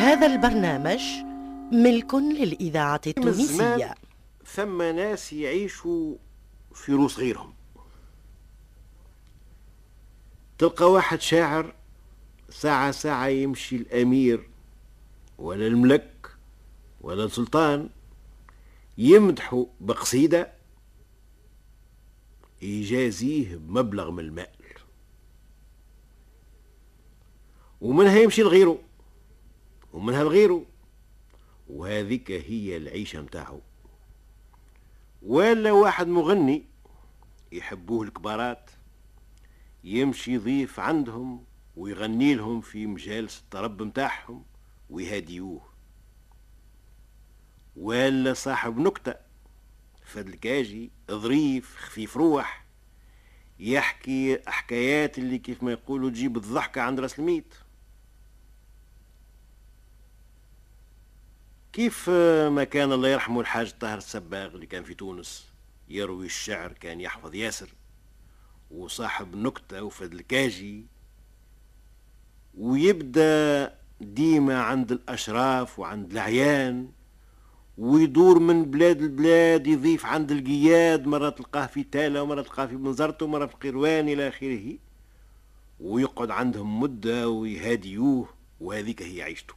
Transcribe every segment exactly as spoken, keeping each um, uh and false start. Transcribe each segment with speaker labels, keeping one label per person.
Speaker 1: هذا البرنامج ملك للإذاعة
Speaker 2: من زمان
Speaker 1: التونسية.
Speaker 2: ثم ناس يعيشوا في روس غيرهم. تلقى واحد شاعر ساعة ساعة يمشي الأمير ولا الملك ولا السلطان يمدحوا بقصيدة يجازيه بمبلغ من المال، ومنها يمشي لغيره ومنها لغيره، وهذيك هي العيشة متاعه. ولا واحد مغني يحبوه الكبارات يمشي يضيف عندهم ويغني لهم في مجالس الطرب متاعهم ويهديوه. ولا صاحب نكتة فدلكاجي ظريف خفيف روح يحكي حكايات اللي كيف ما يقولوا تجيب الضحكة عند راس الميت. كيف ما كان الله يرحمه الحاج طاهر السباغ اللي كان في تونس يروي الشعر كان يحفظ ياسر، وصاحب نكتة وفدلكاجي، ويبدأ ديما عند الأشراف وعند العيان ويدور من بلاد البلاد يضيف عند القياد، مرة تلقاه في تالة ومرة تلقاه في بنزرته ومرة في قيروان إلى آخره، ويقعد عندهم مدة ويهاديوه، وهذيك هي عيشته.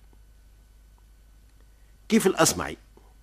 Speaker 2: كيف الأصمعي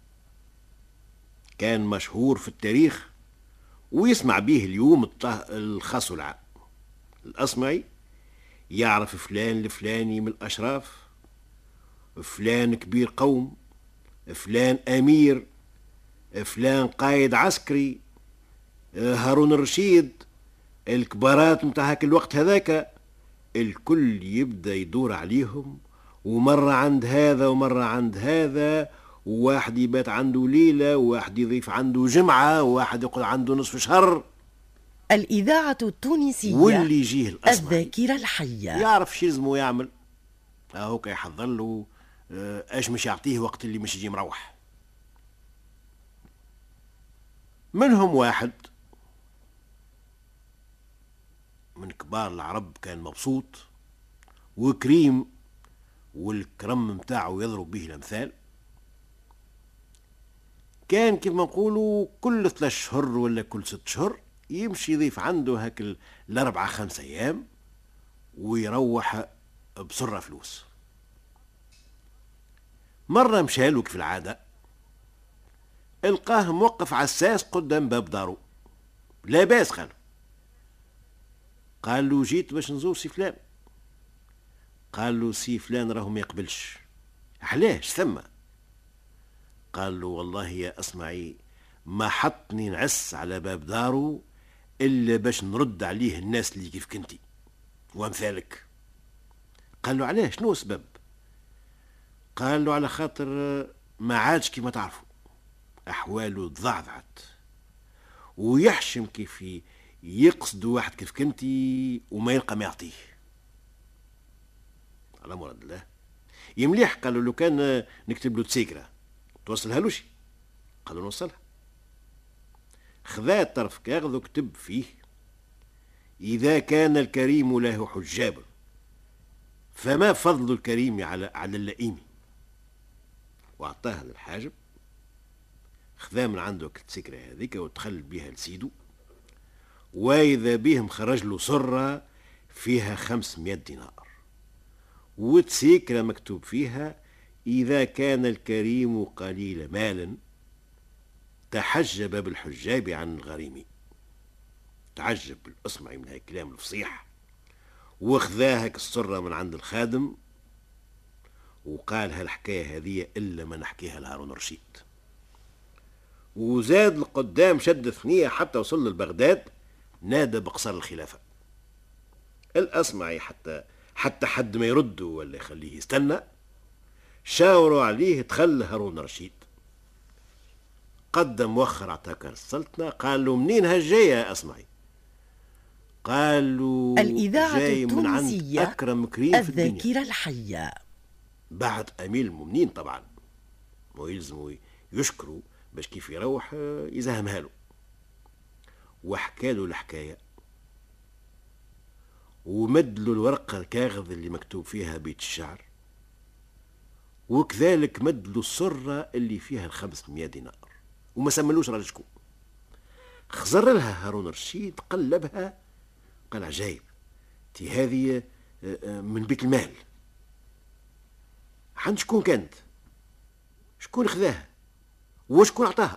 Speaker 2: كان مشهور في التاريخ ويسمع به اليوم الخاص والعام. الأصمعي يعرف فلان الفلاني من الأشراف، فلان كبير قوم، فلان أمير، فلان قائد عسكري، هارون الرشيد، الكبارات متاع هاك الوقت هذاك الكل يبدأ يدور عليهم، ومرة عند هذا ومرة عند هذا، وواحد يبات عنده ليلة وواحد يضيف عنده جمعة وواحد يقعد عنده نصف شهر.
Speaker 1: الإذاعة التونسية
Speaker 2: واللي يجيه الأصمعي
Speaker 1: الذاكرة الحية
Speaker 2: يعرف شي لازمو يعمل، هوكا يحضر له ايش مش يعطيه وقت اللي مش يجي مروح. منهم واحد من كبار العرب كان مبسوط وكريم، والكرم متاعه يضرب به الامثال. كان كيف ما نقولوا كل ثلاث شهور ولا كل ست شهور يمشي يضيف عنده هاك الاربعة خمس ايام ويروح بسرة فلوس. مرة مشالو كيف العادة القاه موقف عساس قدام باب دارو، لا باس قال قال له جيت باش نزور سي فلان. قال له سي فلان راهو ما يقبلش. علاش ثم؟ قال له والله يا أصمعي ما حطني نعس على باب دارو إلا باش نرد عليه الناس اللي كيف كنتي وامثالك. قال له علاش شنو السبب؟ قال له على خاطر ما عادش كيف ما تعرفوا أحواله تضعضعت ويحشم كيف يقصد واحد كيف كنتي وما يلقى ما يعطيه. على مراد الله يمليح. قال له لو كان نكتب له تسيكرة توصلها له شي؟ قال له نوصلها. خذا طرف كاغذ وكتب فيه إذا كان الكريم له حجاب فما فضل الكريم على على اللئيم، وأعطاها للحاجب. خذا من عنده التسكرة هذيك ودخل بها لسيدو، وإذا بهم خرج له سرة فيها خمسمائة دينار، وتسيكرة مكتوب فيها إذا كان الكريم قليل مال تحجب بالحجاب عن الغريم. تعجب الأصمعي من هاي الكلام الفصيح، وخذاها السرة من عند الخادم وقال هالحكاية هذه إلا ما نحكيها لهارون رشيد. وزاد لقدام شد ثنية حتى وصل لبغداد، نادى بقصر الخلافة. الأصمعي حتى حتى حد ما يرد ولا يخليه يستنى، شاوروا عليه تخلى هارون رشيد. قدم وخر اعتكر السلطنة. قال له منين هالجاية يا أصمعي؟ قال له
Speaker 1: الإذاعة
Speaker 2: جاي من عند
Speaker 1: التونسية
Speaker 2: أكرم كريم في الدنيا
Speaker 1: الذاكرة الحية
Speaker 2: بعد أمير المؤمنين طبعا، ويلزموا يشكروا باش كيف يروح يزهمها له. وحكاله الحكاية ومد له الورقة الكاغذ اللي مكتوب فيها بيت الشعر، وكذلك مدلو السرة اللي فيها الخمسمائة دينار وما سملوش راجل شكون. خزر لها هارون الرشيد قلبها قال عجايب تي هذه من بيت المال، عند شكون كانت؟ شكون خذاها؟ وشكون عطاها؟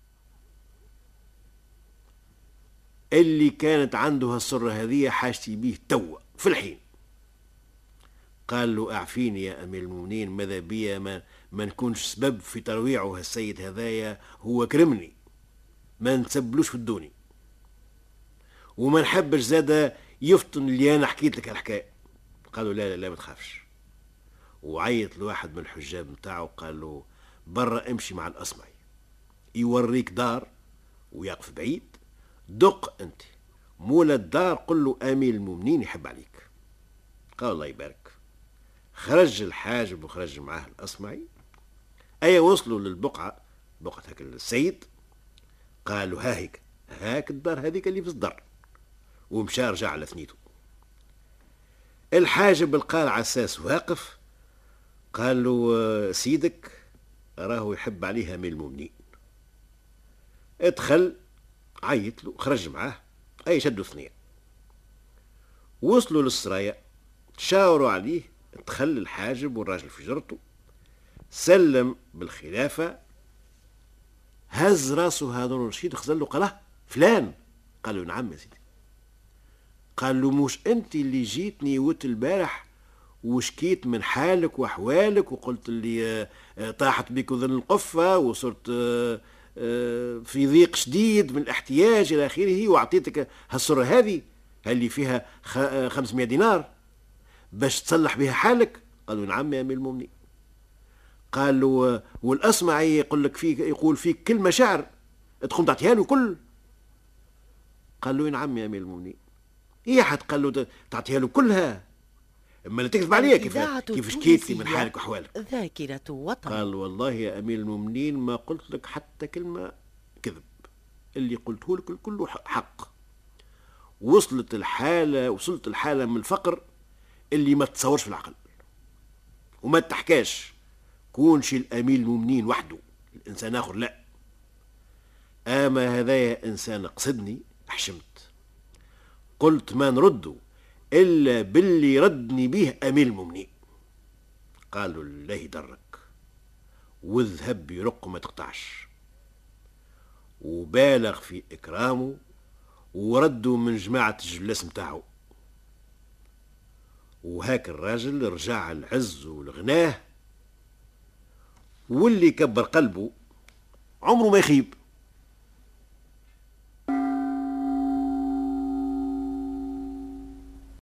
Speaker 2: اللي كانت عنده هالسرة هذه حاجتي بيه توا في الحين. قال له اعفيني يا امير المؤمنين، ماذا بيا ما, ما نكونش سبب في ترويعه السيد هذايا، هو كرمني ما نتسبلوش في الدوني وما نحبش زاده يفطن اللي انا حكيت لك الحكايه. قالوا لا لا لا ما تخافش. وعيط لواحد من الحجاب نتاعو قال له برا امشي مع الاصمعي يوريك دار ويقف بعيد، دق انت مولا الدار قل له امير المؤمنين يحب عليك. قال الله يبارك. خرج الحاجب وخرج معاه الاصمعي. اي وصلوا للبقعه بقعه هاك السيد، قالوا ها هيك هاك الدار هذيك اللي في الصدر، ومشى رجع على ثنيته. الحاجب لقى العساس واقف قال له سيدك راه يحب عليها من المؤمنين. ادخل عيط له خرج معاه، اي شدوا ثنيه. وصلوا للسرايا تشاوروا عليه، دخل الحاجب والراجل في جرته سلم بالخلافه، هز راسه هارون الرشيد خزل له قال فلان. قال له نعم يا سيدي. قال له مش انت اللي جيتني وت البارح وشكيت من حالك واحوالك وقلت لي طاحت بك اذن القفه وصرت في ضيق شديد من الاحتياج الى اخره، واعطيتك هالسره هذه اللي فيها خمسمائة دينار باش تصلح بها حالك؟ قالوا نعم يا امير المؤمنين. قال له والاصمعي يقول لك فيك يقول فيك كلمه شعر تقوم تعطيها له كل؟ قال له نعم يا امير المؤمنين. هي حد قال له تعطيها له كلها؟ اما لا تكذب عليا كيف كيف شكيت لي من حالك وحوالك.
Speaker 1: ذاكرة وطن.
Speaker 2: قال والله يا امير المؤمنين ما قلت لك حتى كلمه كذب، اللي قلته لك كله حق. وصلت الحاله وصلت الحاله من الفقر اللي ما تتصورش في العقل وما تحكاش. كونش الامير المؤمنين وحده، الانسان اخر لا. اما هذايا انسان قصدني حشمت، قلت ما نرده الا باللي ردني به امير المؤمنين. قالوا الله يدرك واذهب برق ما تقطعش. وبالغ في اكرامه وردوا من جماعه الجلاس متاعه. وهاك الراجل رجع العز والغناه، واللي كبر قلبه عمره ما يخيب.